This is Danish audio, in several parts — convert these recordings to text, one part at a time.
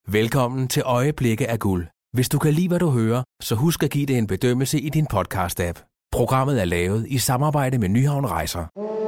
Velkommen til Øjeblikke af Guld. Hvis du kan lide, hvad du hører, så husk at give det en bedømmelse i din podcast-app. Programmet er lavet i samarbejde med Nyhavn Rejser.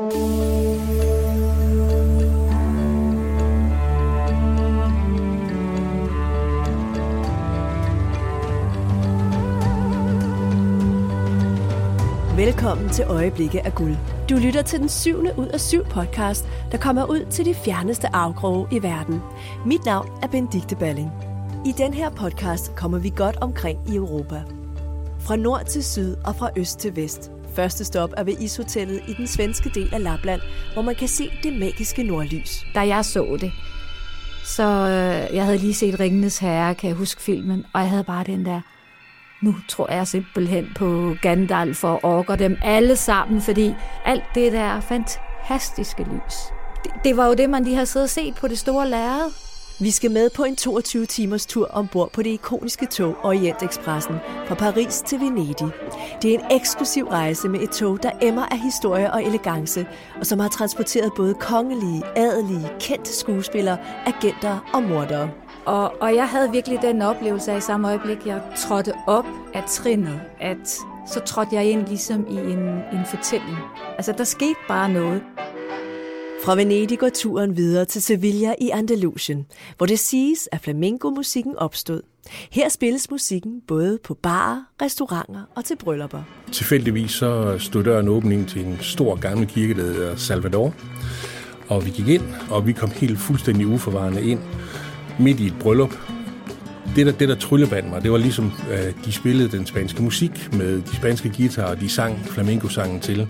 Velkommen til Øjeblikke af Guld. Du lytter til den 7. ud af 7 podcast, der kommer ud til de fjerneste afkroge i verden. Mit navn er Benedikte Balling. I den her podcast kommer vi godt omkring i Europa. Fra nord til syd og fra øst til vest. Første stop er ved ishotellet i den svenske del af Lapland, hvor man kan se det magiske nordlys. Da jeg så det, så jeg havde lige set Ringenes Herre, kan jeg huske filmen, og jeg havde bare den der, nu tror jeg simpelthen på Gandalf og Ork og dem alle sammen, fordi alt det der fantastiske lys, det var jo det, man lige havde siddet og set på det store lærred. Vi skal med på en 22-timers tur ombord på det ikoniske tog Orientekspressen fra Paris til Venedig. Det er en eksklusiv rejse med et tog, der emmer af historie og elegance, og som har transporteret både kongelige, adelige, kendte skuespillere, agenter og mordere. Og jeg havde virkelig den oplevelse af i samme øjeblik, jeg trådte op af trinnet, at så trådte jeg ind ligesom i en fortælling. Altså, der skete bare noget. Fra Venedig går turen videre til Sevilla i Andalusien, hvor det siges, at flamenco-musikken opstod. Her spilles musikken både på barer, restauranter og til bryllupper. Tilfældigvis så stod døren åbning til en stor gammel kirke, der hedder Salvador. Og vi gik ind, og vi kom helt fuldstændig uforvarende ind midt i et bryllup. Det der tryllebandt mig, det var ligesom, de spillede den spanske musik med de spanske guitarer, og de sang flamenco-sangen til.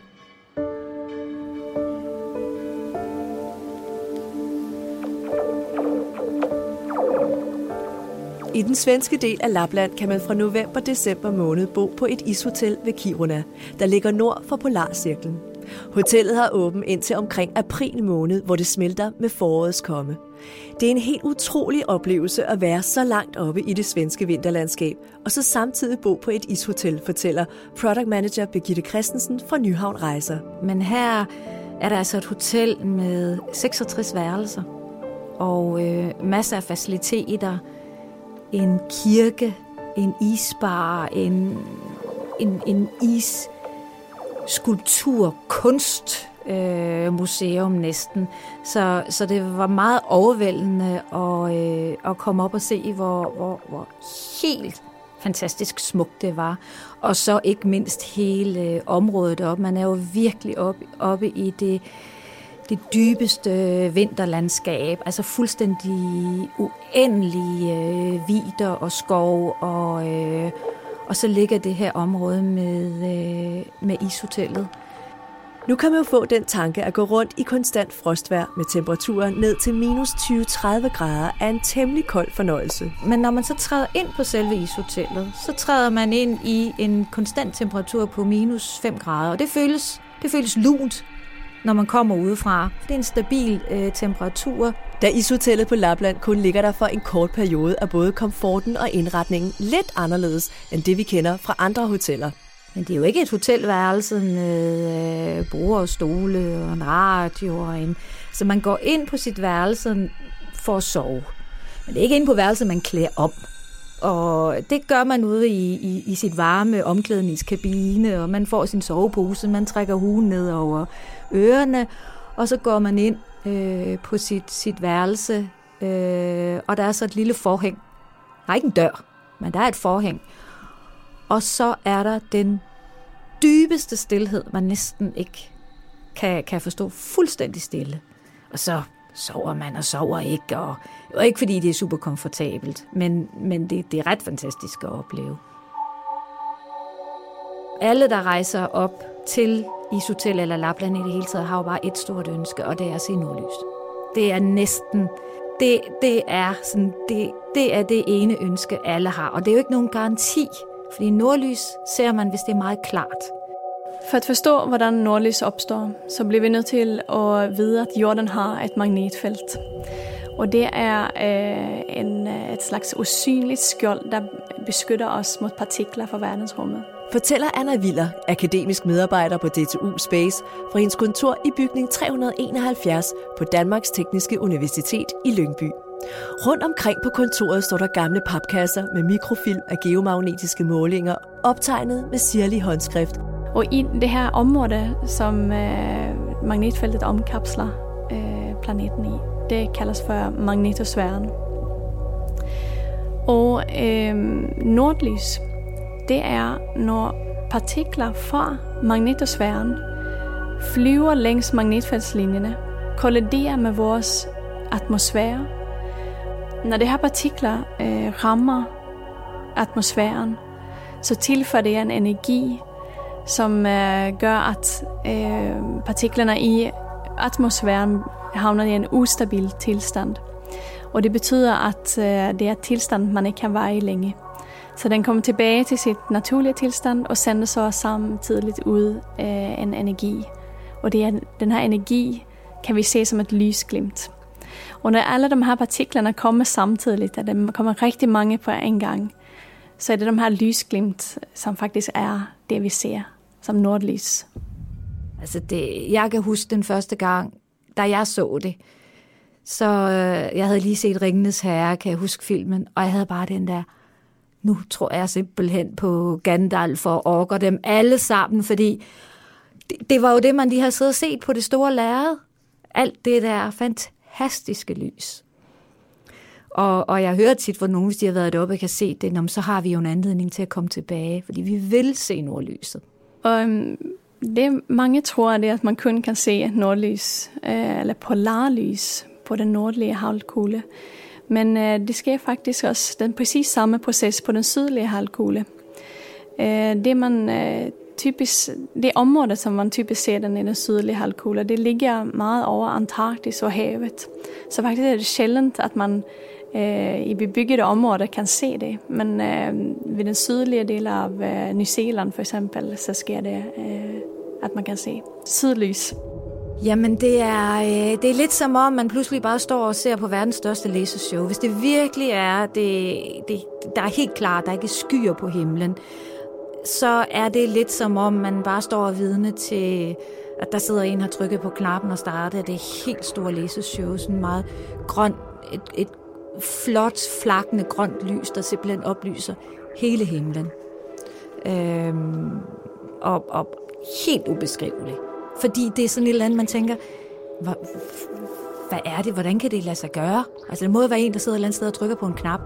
I den svenske del af Lapland kan man fra november-december måned bo på et ishotel ved Kiruna, der ligger nord for Polarcirklen. Hotellet har åbent indtil omkring april måned, hvor det smelter med forårets komme. Det er en helt utrolig oplevelse at være så langt oppe i det svenske vinterlandskab, og så samtidig bo på et ishotel, fortæller product manager Birgitte Christensen fra Nyhavn Rejser. Men her er der altså et hotel med 66 værelser og masser af faciliteter. En kirke, en isbar, en isskulptur, kunstmuseum næsten. Så det var meget overvældende at komme op og se, hvor helt fantastisk smukt det var. Og så ikke mindst hele området deroppe. Man er jo virkelig oppe i det dybeste vinterlandskab, altså fuldstændig uendelige vidder og skov, og så ligger det her område med ishotellet. Nu kan man jo få den tanke at gå rundt i konstant frostvejr med temperaturen ned til minus 20-30 grader er en temmelig kold fornøjelse. Men når man så træder ind på selve ishotellet, så træder man ind i en konstant temperatur på minus 5 grader, og det føles lunt, når man kommer udefra. Det er en stabil temperatur. Da ishotellet på Lapland kun ligger der for en kort periode, er både komforten og indretningen lidt anderledes end det, vi kender fra andre hoteller. Men det er jo ikke et hotelværelse med borde og stole og en radio. Så man går ind på sit værelse for at sove. Men det er ikke ind på værelset, man klæder om. Og det gør man ude i sit varme omklædningskabine, og man får sin sovepose, man trækker huen ned over ørerne, og så går man ind på sit værelse, og der er så et lille forhæng. Der er ikke en dør, men der er et forhæng. Og så er der den dybeste stilhed, man næsten ikke kan forstå, fuldstændig stille. Og så sover man og sover ikke, og ikke fordi det er super komfortabelt, men det er ret fantastisk at opleve. Alle, der rejser op til ishotel eller Lapland i det hele taget, har jo bare et stort ønske, og det er at se nordlys. Det er næsten, det er det ene ønske, alle har, og det er jo ikke nogen garanti, fordi nordlys ser man, hvis det er meget klart. For at forstå, hvordan nordlys opstår, så bliver vi nødt til at vide, at jorden har et magnetfelt. Og det er et slags usynligt skjold, der beskytter os mod partikler fra verdensrummet. Fortæller Anna Willer, akademisk medarbejder på DTU Space, fra hendes kontor i bygning 371 på Danmarks Tekniske Universitet i Lyngby. Rundt omkring på kontoret står der gamle papkasser med mikrofilm af geomagnetiske målinger, optegnet med sirlig håndskrift. Og i det her område, som magnetfeltet omkapsler planeten i, det kaldes for magnetosfæren. Og nordlys, det er, når partikler fra magnetosfæren flyver længs magnetfeltslinjerne, kolliderer med vores atmosfære. Når de her partikler rammer atmosfæren, så tilfører det en energi, som gør, at partiklerne i atmosfæren havner i en ustabil tilstand. Og det betyder, at det er et tilstand, man ikke kan være i længe. Så den kommer tilbage til sit naturlige tilstand og sender så samtidig ud en energi. Og det er, den her energi kan vi se som et lysglimt. Og når alle de her partiklerne kommer samtidig, at der kommer rigtig mange på en gang, så er det de her lysglimt, som faktisk er det, vi ser som nordlys. Altså jeg kan huske den første gang, da jeg så det. Så jeg havde lige set Ringenes Herre, kan jeg huske filmen, og jeg havde bare den der, nu tror jeg simpelthen på Gandalf og Ork og dem alle sammen, fordi det var jo det, man lige havde siddet og set på det store lærred. Alt det der fantastiske lys. Og jeg hører tit, hvor nogen, hvis de har været deroppe og kan se det, så har vi jo en anledning til at komme tilbage, fordi vi vil se nordlyset. Og det mange tror, det er, at man kun kan se nordlys, eller polarlys på den nordlige halvkugle. Men det sker faktisk også den præcis samme proces på den sydlige halvkugle. Det område, som man typisk ser den i den sydlige halvkugle, det ligger meget over Antarktis og havet. Så faktisk er det sjældent, at man i bebyggede områder kan se det. Men ved den sydlige del af New Zealand for eksempel, så sker det, at man kan se sydlys. Jamen, det er lidt som om, man pludselig bare står og ser på verdens største lasershow. Hvis det virkelig er, der er helt klart, der er ikke skyer på himlen, så er det lidt som om, man bare står og vidne til, at der sidder en, har trykket på knappen og starter det helt store lasershow, sådan meget grønt, et flot, flakkende grønt lys, der simpelthen oplyser hele himlen. Og helt ubeskriveligt. Fordi det er sådan et eller andet, man tænker, hvad er det? Hvordan kan det lade sig gøre? Altså det må være en, der sidder et eller andet sted og trykker på en knap.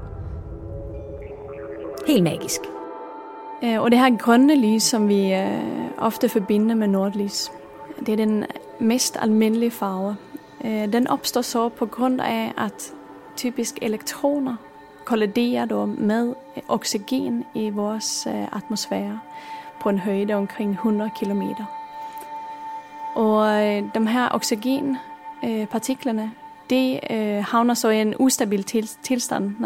Helt magisk. Og det her grønne lys, som vi ofte forbinder med nordlys, det er den mest almindelige farve. Den opstår så på grund af, at typisk elektroner kolliderer med oxygen i vores atmosfære på en højde omkring 100 kilometer. Og de her oxygenpartiklerne, de havner så i en ustabil tilstand, når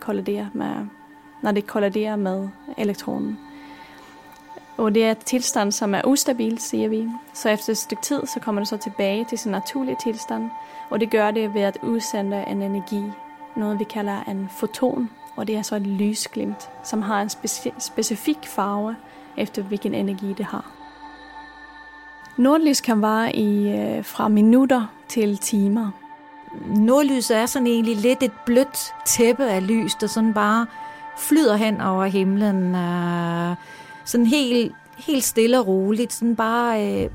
de kolliderer med elektronen. Og det er et tilstand, som er ustabil, siger vi. Så efter et stykke tid, så kommer det så tilbage til sin naturlige tilstand. Og det gør det ved at udsende en energi, noget vi kalder en foton. Og det er så et lysglimt, som har en specifik farve, efter hvilken energi det har. Nordlys kan vare fra minutter til timer. Nordlyset er sådan egentlig lidt et blødt tæppe af lys, der sådan bare flyder hen over himlen. Sådan helt stille og roligt. Sådan bare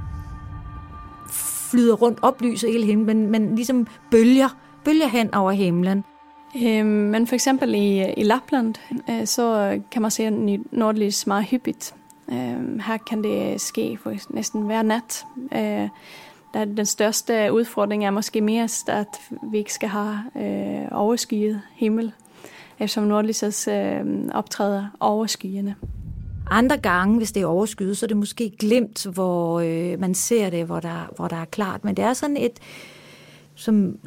flyder rundt, oplyser hele himlen, men ligesom bølger hen over himlen. Men for eksempel i Lapland, så kan man se nordlys meget hyppigt. Her kan det ske for næsten hver nat. Den største udfordring er måske mest, at vi ikke skal have overskyet himmel, eftersom nordlyset optræder over skyerne. Andre gange, hvis det er overskyet, så er det måske glimt, hvor man ser det, hvor der er klart. Men det er sådan et som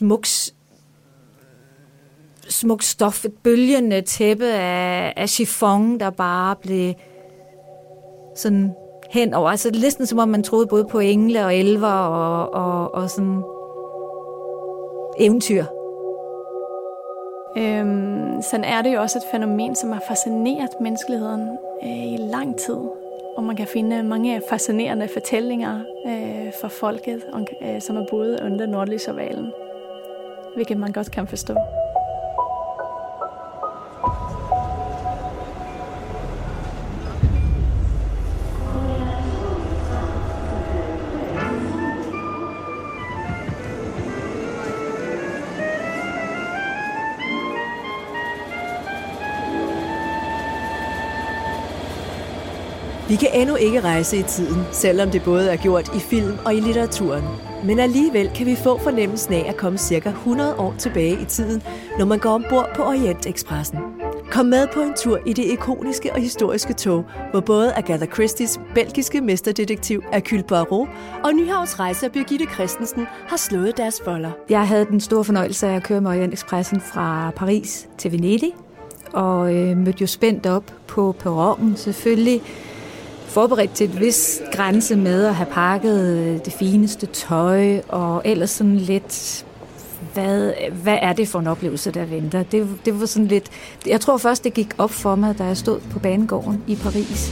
smukt stof, et bølgende tæppe af chiffon, der bare blev sådan henover. Altså det er næsten som om man troede både på engle og elver og sådan eventyr. Sådan er det jo også et fænomen, som har fascineret menneskeligheden i lang tid. Og man kan finde mange fascinerende fortællinger fra folket, som er boet under nordlysovalen. hvilket man godt kan forstå. Vi kan endnu ikke rejse i tiden, selvom det både er gjort i film og i litteraturen. Men alligevel kan vi få fornemmelsen af at komme ca. 100 år tilbage i tiden, når man går ombord på Orientekspressen. Kom med på en tur i det ikoniske og historiske tog, hvor både Agatha Christies belgiske mesterdetektiv Hercule Poirot og Nyhavns rejser Birgitte Christensen har slået deres folder. Jeg havde den store fornøjelse af at køre med Orientekspressen fra Paris til Venedig, og mødte jo spændt op på perronen selvfølgelig, forberedt til et vis grænse med at have pakket det fineste tøj, og ellers sådan lidt, hvad er det for en oplevelse, der venter? Det var sådan lidt, jeg tror først, det gik op for mig, da jeg stod på banegården i Paris.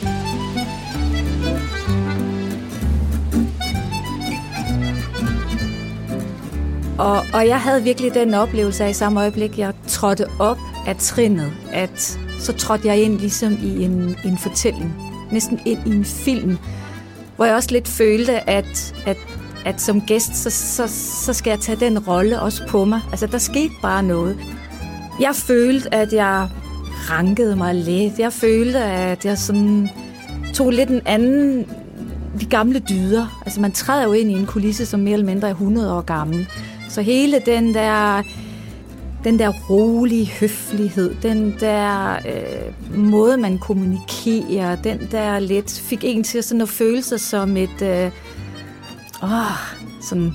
Og jeg havde virkelig den oplevelse af i samme øjeblik, jeg trådte op af trinnet, at så trådte jeg ind ligesom i en fortælling. Næsten ind i en film, hvor jeg også lidt følte, at som gæst, så skal jeg tage den rolle også på mig. Altså, der skete bare noget. Jeg følte, at jeg rankede mig lidt. Jeg følte, at jeg sådan tog lidt en anden, de gamle dyder. Altså, man træder jo ind i en kulisse, som mere eller mindre er 100 år gammel. Så hele den der rolige høflighed, den der måde, man kommunikerer, den der lidt fik en til sådan at føle sig som et sådan.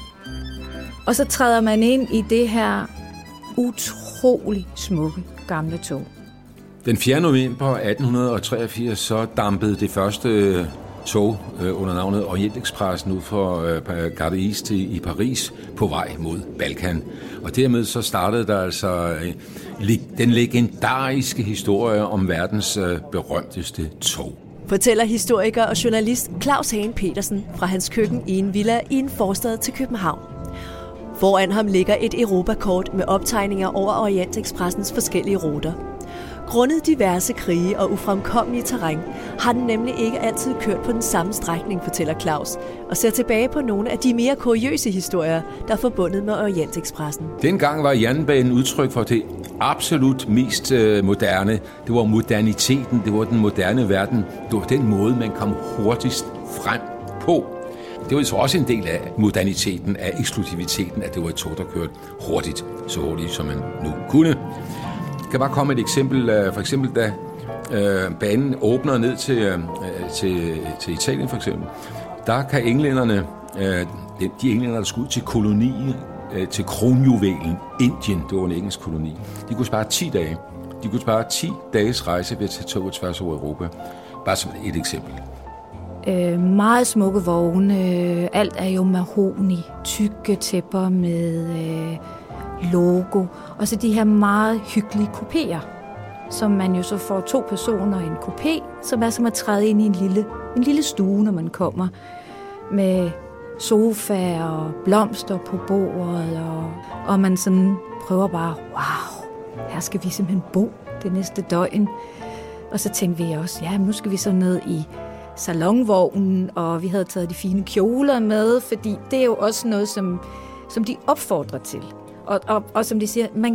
Og så træder man ind i det her utrolig smukke gamle tog. Den 4. november 1883 så dampede det første tog under navnet Orientekspressen ud for Gare d'Est i Paris på vej mod Balkan. Og dermed så startede der altså den legendariske historie om verdens berømteste tog. Fortæller historiker og journalist Claus Hagen Petersen fra hans køkken i en villa i en forstad til København. Foran ham ligger et Europakort med optegninger over Orientekspressens forskellige ruter. Grundet diverse krige og ufremkommelige terræn har den nemlig ikke altid kørt på den samme strækning, fortæller Claus, og ser tilbage på nogle af de mere kuriøse historier, der er forbundet med Orientekspressen. Dengang var jernbanen udtryk for det absolut mest moderne. Det var moderniteten, det var den moderne verden. Det var den måde, man kom hurtigst frem på. Det var så også en del af moderniteten, af eksklusiviteten, at det var et tog, der kørte hurtigt, så hurtigt som man nu kunne. Jeg kan bare komme et eksempel, for eksempel da banen åbner ned til Italien for eksempel, der kan englænderne, de englænder, der skulle ud til kolonien, til kronjuvelen Indien, det var en engelsk koloni, de kunne spare 10 dage. De kunne spare 10 dages rejse ved at tage toget tværs over Europa. Bare som et eksempel. Meget smukke vogne, alt er jo mahogni, tykke tæpper med logo, og så de her meget hyggelige kupéer, som man jo så får 2 personer i en kupé, som er som at træde ind i en lille stue, når man kommer, med sofaer og blomster på bordet, og man sådan prøver bare, wow, her skal vi simpelthen bo det næste døgn. Og så tænkte vi også, ja, nu skal vi så ned i salonvognen, og vi havde taget de fine kjoler med, fordi det er jo også noget, som de opfordrer til. Og som de siger, man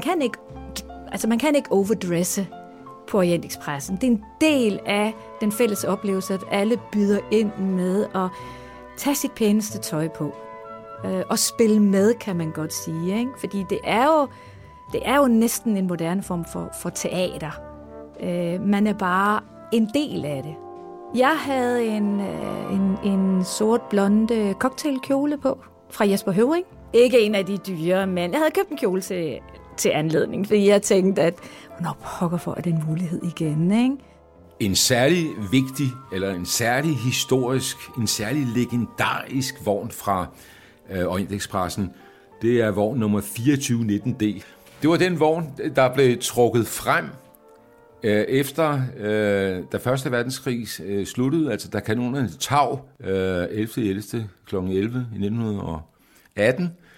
kan ikke overdresse på Orientekspressen. Det er en del af den fælles oplevelse, at alle byder ind med at tage sit pæneste tøj på. Og spille med, kan man godt sige. Ikke? Fordi det er jo næsten en moderne form for teater. Man er bare en del af det. Jeg havde en sort blonde cocktailkjole på fra Jesper Høvring. Ikke en af de dyre, men jeg havde købt en kjole til anledning, fordi jeg tænkte, at pokker for at det en mulighed igen, ikke? En særlig vigtig, eller en særlig historisk, en særlig legendarisk vogn fra Orientekspressen, det er vogn nummer 2419D. Det var den vogn, der blev trukket frem efter da Første Verdenskrig sluttede, altså da kanonerne tav 11.11. kl. 11 i 1918.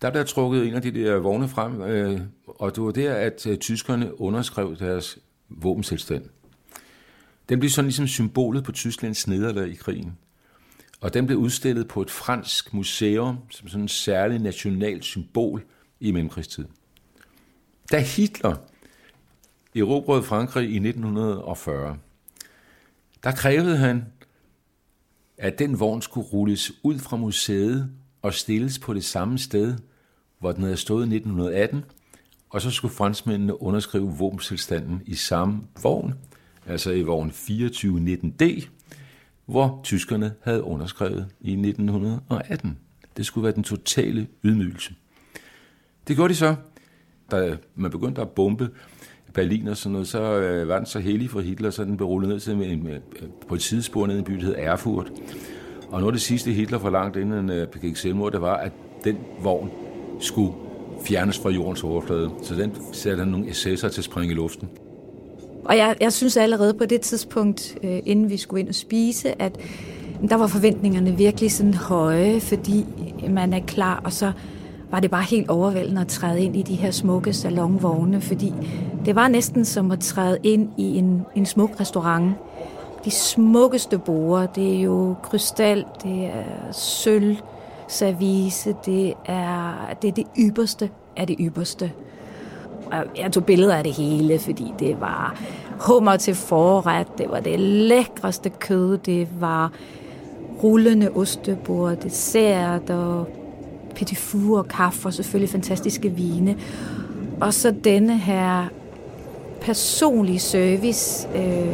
der blev trukket en af de der vogne frem, og det var der, at tyskerne underskrev deres våbenselstand. Den blev sådan ligesom symbolet på Tysklands nederlag i krigen. Og den blev udstillet på et fransk museum som sådan en særlig nationalt symbol i mellemkrigstiden. Da Hitler erobrede Frankrig i 1940, der krævede han, at den vogn skulle rulles ud fra museet og stilles på det samme sted, hvor den havde stået i 1918, og så skulle franskmændene underskrive våbenstilstanden i samme vogn, altså i vogn 2419D, hvor tyskerne havde underskrevet i 1918. Det skulle være den totale ydmygelse. Det gjorde de så. Da man begyndte at bombe Berlin og sådan noget, så var den så hellig for Hitler, så den blev rullet ned til på et sidespor ned i en by, der hed Erfurt. Og noget af det sidste Hitler forlangte, inden han begik selvmord, det var, at den vogn skulle fjernes fra jordens overflade. Så den satte han nogle SS'er til at springe i luften. Og jeg synes allerede på det tidspunkt, inden vi skulle ind og spise, at der var forventningerne virkelig sådan høje, fordi man er klar, og så var det bare helt overvældende at træde ind i de her smukke salonvogne, fordi det var næsten som at træde ind i en smuk restaurant. De smukkeste borde, det er jo krystal, det er sølv, service, det er det ypperste af det ypperste. Jeg tog billeder af det hele, fordi det var hummer til forret, det var det lækreste kød, det var rullende ostebord, dessert og petit four og kaffe og selvfølgelig fantastiske vine. Og så denne her personlige service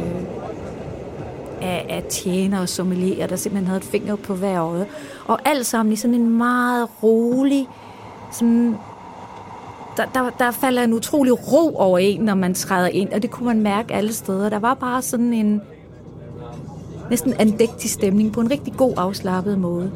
af tjenere og sommelierer, der simpelthen havde et finger på hver øje. Og alt sammen i sådan en meget rolig, sådan, der falder en utrolig ro over en, når man træder ind, og det kunne man mærke alle steder. Der var bare sådan en næsten andægtig stemning på en rigtig god afslappet måde.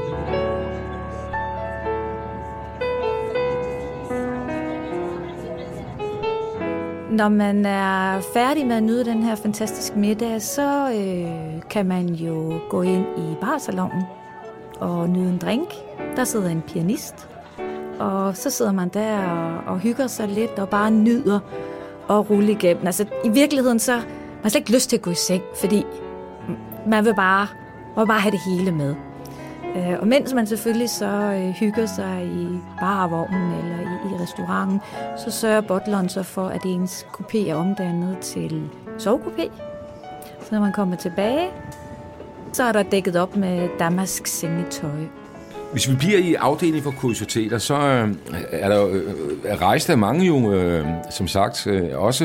Når man er færdig med at nyde den her fantastiske middag, så kan man jo gå ind i barsalonen og nyde en drink. Der sidder en pianist, og så sidder man der og hygger sig lidt og bare nyder at rulle igennem. Altså i virkeligheden så har man slet ikke lyst til at gå i seng, fordi man vil bare have det hele med. Og mens man selvfølgelig så hygger sig i barvognen eller i restauranten, så sørger butleren så for, at ens kupé er omdannet til sovekupé. Så når man kommer tilbage, så er der dækket op med damask sengetøj. Hvis vi bliver i afdelingen for kuriositeter, så er der rejst af mange jo, som sagt, også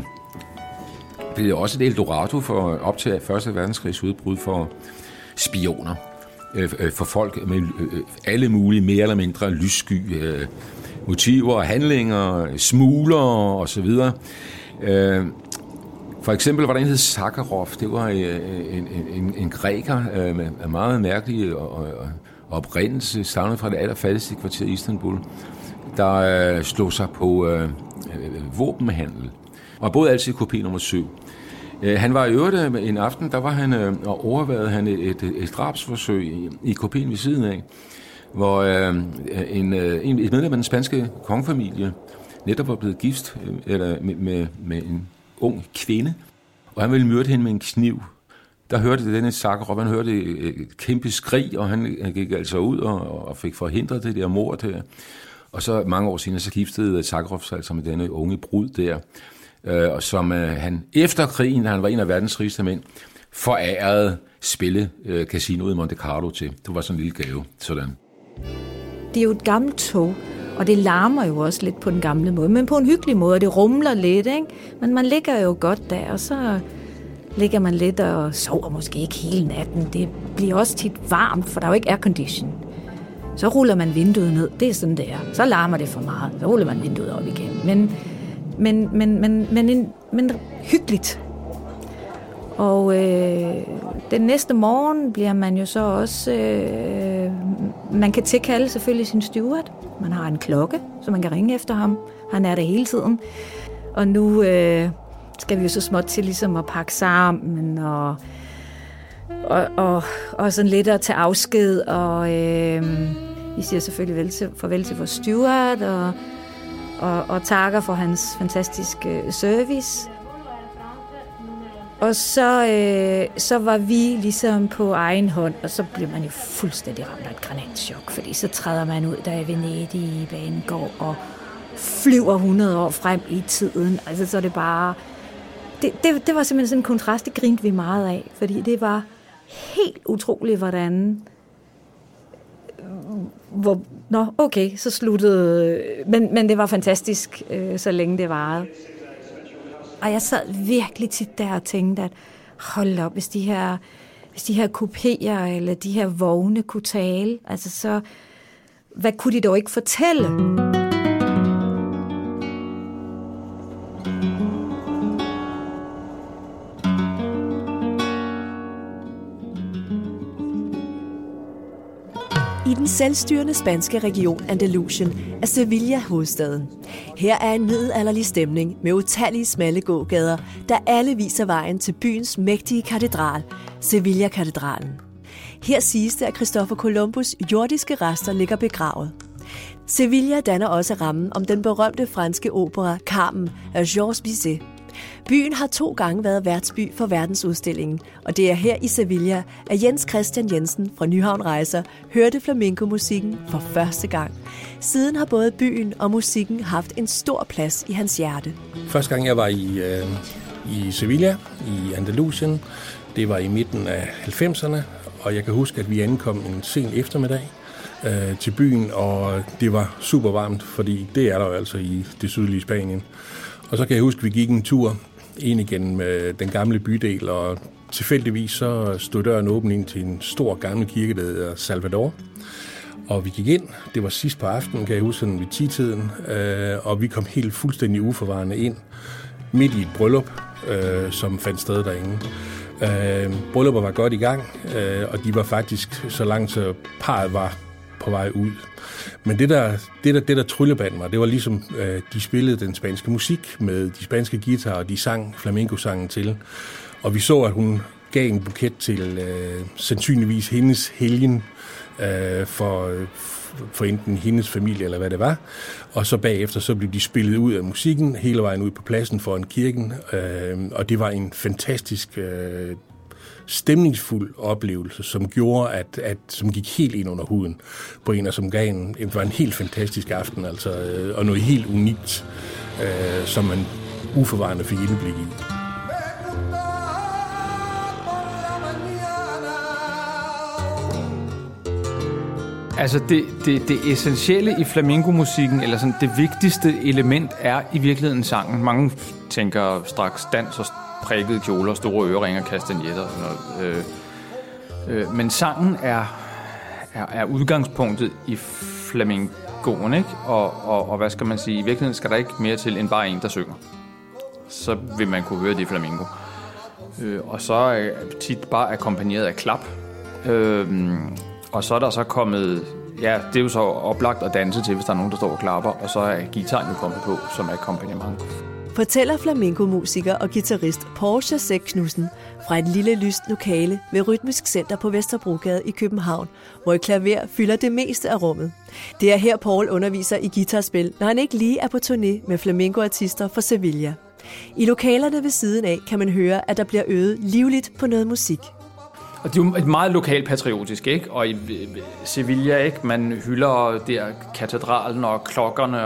et Eldorado for op til 1. verdenskrigs udbrud for spioner. For folk med alle mulige mere eller mindre lyssky motiver, handlinger, smugler og så videre. For eksempel var der en, der hed Sakharov. Det var en græker med meget mærkelig oprindelse, stammet fra det allerfattigste kvarter i Istanbul, der slog sig på våbenhandel og boede altid i kopé nummer 7. Han var i øvrigt en aften, der var han og overværede han et drabsforsøg i kopien ved siden af, hvor et medlem af den spanske kongefamilie netop var blevet gift med en ung kvinde, og han ville myrde hende med en kniv. Der hørte denne Sakharov, han hørte et kæmpe skrig, og han gik altså ud og fik forhindret det der mord der. Og så mange år senere, så giftede Sakharov sig altså med denne unge brud der, og som han efter krigen, da han var en af verdens rigeste mænd, forærede spille casinoet i Monte Carlo til. Det var sådan en lille gave. Sådan. Det er jo et gammelt tog, og det larmer jo også lidt på den gamle måde, men på en hyggelig måde, og det rumler lidt, ikke? Men man ligger jo godt der, og så ligger man lidt og sover måske ikke hele natten. Det bliver også tit varmt, for der er jo ikke aircondition. Så ruller man vinduet ned. Det er sådan, det er. Så larmer det for meget. Så ruller man vinduet op igen. Men hyggeligt. Og den næste morgen bliver man jo så også... man kan tilkalde selvfølgelig sin steward. Man har en klokke, så man kan ringe efter ham. Han er der hele tiden. Og nu skal vi jo så småt til ligesom at pakke sammen og sådan lidt at tage afsked. Og Vi siger selvfølgelig farvel til vores steward og takker for hans fantastiske service. Og så var vi ligesom på egen hånd, og så bliver man jo fuldstændig ramt af et granatschok, fordi så træder man ud, der i Venedig banen går og flyver 100 år frem i tiden. Altså så er det bare... Det var simpelthen sådan en kontrast, det grinte vi meget af, fordi det var helt utroligt, hvordan... Okay, så sluttede... Men det var fantastisk, så længe det varede. Og jeg sad virkelig tit der og tænkte, at hold op, hvis de her kupéer eller de her vogne kunne tale, altså så... Hvad kunne de dog ikke fortælle? I den selvstyrende spanske region Andalusien er Sevilla hovedstaden. Her er en middelalderlig stemning med utallige smalle gågader, der alle viser vejen til byens mægtige katedral, Sevilla-katedralen. Her siges det, at Christopher Columbus' jordiske rester ligger begravet. Sevilla danner også rammen om den berømte franske opera Carmen af Georges Bizet. Byen har 2 gange været værtsby for verdensudstillingen, og det er her i Sevilla, at Jens Christian Jensen fra Nyhavn Rejser hørte flamenco-musikken for første gang. Siden har både byen og musikken haft en stor plads i hans hjerte. Første gang jeg var i Sevilla, i Andalusien, det var i midten af 90'erne, og jeg kan huske, at vi ankom en sen eftermiddag til byen, og det var super varmt, fordi det er der jo altså i det sydlige Spanien. Og så kan jeg huske, at vi gik en tur ind igennem den gamle bydel, og tilfældigvis så stod døren åben ind til en stor gammel kirke, der hedder Salvador. Og vi gik ind, det var sidst på aftenen, kan jeg huske, sådan ved 10-tiden, og vi kom helt fuldstændig uforvarende ind, midt i et bryllup, som fandt sted derinde. Bryllupet var godt i gang, og de var faktisk så langt, så parret var på vej ud. Men det der tryllebandt mig, det var ligesom, de spillede den spanske musik med de spanske guitarer, og de sang flamenco-sangen til. Og vi så, at hun gav en buket til sandsynligvis hendes helgen for enten hendes familie eller hvad det var. Og så bagefter så blev de spillet ud af musikken hele vejen ud på pladsen foran kirken. Og det var en fantastisk stemningsfuld oplevelse, som gjorde, som gik helt ind under huden på en, og som gav var en helt fantastisk aften, altså, og noget helt unikt, som man uforvarende fik indblik i. Altså det essentielle i flamenco-musikken, eller sådan det vigtigste element, er i virkeligheden sangen. Mange tænker straks dans og prikkede kjoler, store øreringer, kastanjetter og sådan noget. Men sangen er udgangspunktet i flamencoen, ikke? Og hvad skal man sige? I virkeligheden skal der ikke mere til end bare en, der synger. Så vil man kunne høre det i flamenco. Og så er tit bare akkompagneret af klap. Og så er der så kommet... Ja, det er jo så oplagt at danse til, hvis der er nogen, der står og klapper. Og så er guitaren jo kommet på som akkompagnement. Fortæller flamenco-musiker og guitarist Paul Chasek Knudsen fra et lille lyst lokale ved Rytmisk Center på Vesterbrogade i København, hvor et klaver fylder det meste af rummet. Det er her Paul underviser i guitarspil, når han ikke lige er på turné med flamenco-artister for Sevilla. I lokalerne ved siden af kan man høre, at der bliver øvet livligt på noget musik. Og det er jo et meget lokalpatriotisk, ikke? Og i Sevilla, ikke? Man hylder der katedralen og klokkerne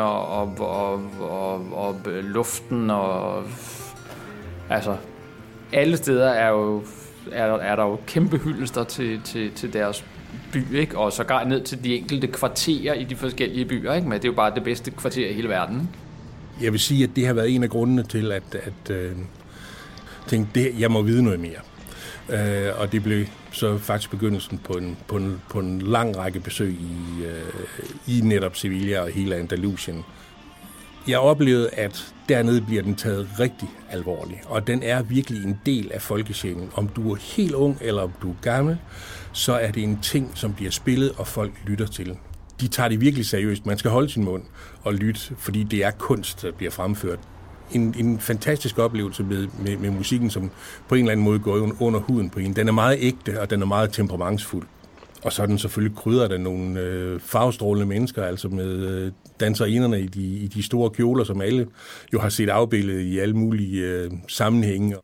og luften og altså alle steder er der jo kæmpe hyldester til deres by, ikke? Og sågar ned til de enkelte kvarterer i de forskellige byer, ikke? Men det er jo bare det bedste kvarter i hele verden, ikke? Jeg vil sige, at det har været en af grundene til at tænke, jeg må vide noget mere. Og det blev så faktisk begyndelsen på en lang række besøg i netop Sevilla og hele Andalusien. Jeg oplevede, at dernede bliver den taget rigtig alvorligt, og den er virkelig en del af folkesjælen. Om du er helt ung eller om du er gammel, så er det en ting, som bliver spillet, og folk lytter til. De tager det virkelig seriøst. Man skal holde sin mund og lytte, fordi det er kunst, der bliver fremført. En fantastisk oplevelse med musikken, som på en eller anden måde går under huden på en. Den er meget ægte, og den er meget temperamentsfuld. Og så er den selvfølgelig krydret af nogle farvestrålende mennesker, altså med danserinderne i de store kjoler, som alle jo har set afbildet i alle mulige sammenhænge.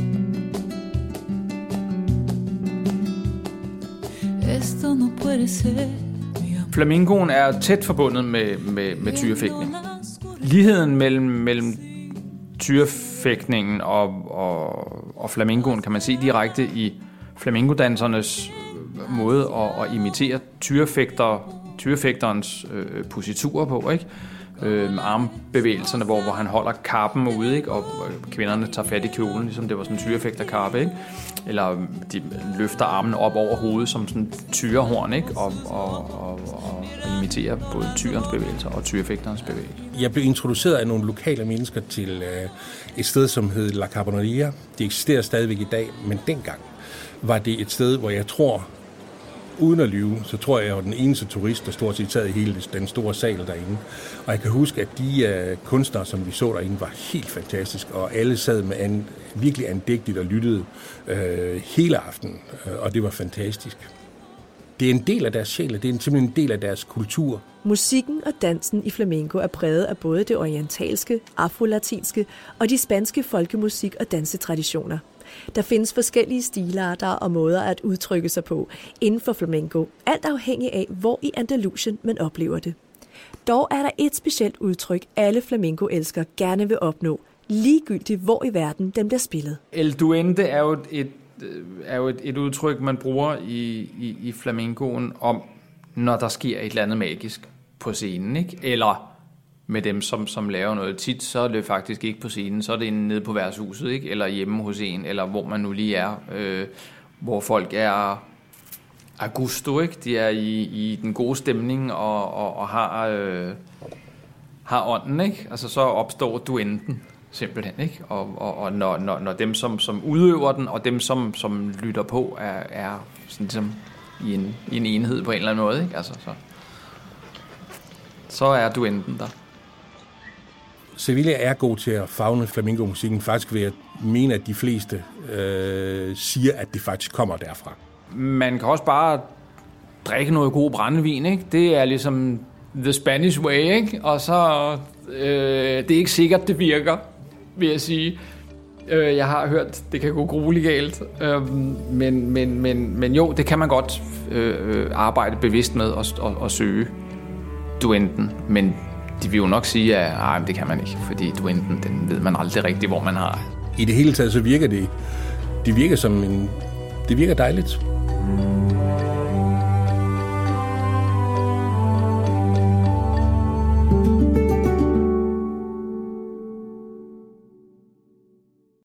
Flamencoen er tæt forbundet med tyrefægtning. Ligheden mellem tyrefægtningen og flamencoen kan man se direkte i flamencodansernes måde at imitere tyrefægterens positurer på, ikke? Armbevægelserne, hvor han holder kappen ude, ikke? Og kvinderne tager fat i kjolen, ligesom det var sådan en tyrefægterkappe, ikke? Eller de løfter armen op over hovedet som sådan en tyrehorn, ikke? Og imiterer både tyrens bevægelser og tyrefægterens bevægelser. Jeg blev introduceret af nogle lokale mennesker til et sted, som hed La Carboneria. Det eksisterer stadigvæk i dag, men dengang var det et sted, hvor jeg tror, uden at lyve, så tror jeg var den eneste turist, der stort set sad i hele den store sal derinde. Og jeg kan huske, at de kunstnere, som vi så derinde, var helt fantastiske, og alle sad med virkelig andægtigt og lyttede hele aftenen, og det var fantastisk. Det er en del af deres sjæl, det er simpelthen en del af deres kultur. Musikken og dansen i flamenco er præget af både det orientalske, afrolatinske og de spanske folkemusik- og dansetraditioner. Der findes forskellige stilarter og måder at udtrykke sig på inden for flamenco, alt afhængig af, hvor i Andalusien man oplever det. Dog er der et specielt udtryk, alle flamenco-elskere gerne vil opnå, ligegyldigt hvor i verden den bliver spillet. El duende er jo et udtryk, man bruger i flamencoen om, når der sker et eller andet magisk på scenen, ikke? Eller med dem, som laver noget. Tit, så er det faktisk ikke på scenen, så er det nede på værtshuset, ikke? Eller hjemme hos en, eller hvor man nu lige er, hvor folk er a gusto, ikke? De er i den gode stemning og har ånden, ikke? Altså så opstår duenden simpelthen, ikke? Og når dem, som udøver den, og dem, som lytter på, er sådan ligesom i en enhed på en eller anden måde, ikke? Altså så er duenden der. Sevilla er god til at favne flamenco-musikken. Faktisk vil jeg mene, at de fleste siger, at det faktisk kommer derfra. Man kan også bare drikke noget god brændevin, ikke? Det er ligesom the Spanish way, ikke? Og så det er ikke sikkert, det virker, vil jeg sige. Jeg har hørt, det kan gå grueligt galt. Men jo, det kan man godt arbejde bevidst med at søge duenden. Men de vil jo nok sige, at det kan man ikke, fordi duenden, den ved man aldrig rigtigt, hvor man har. I det hele taget, så virker det virker dejligt.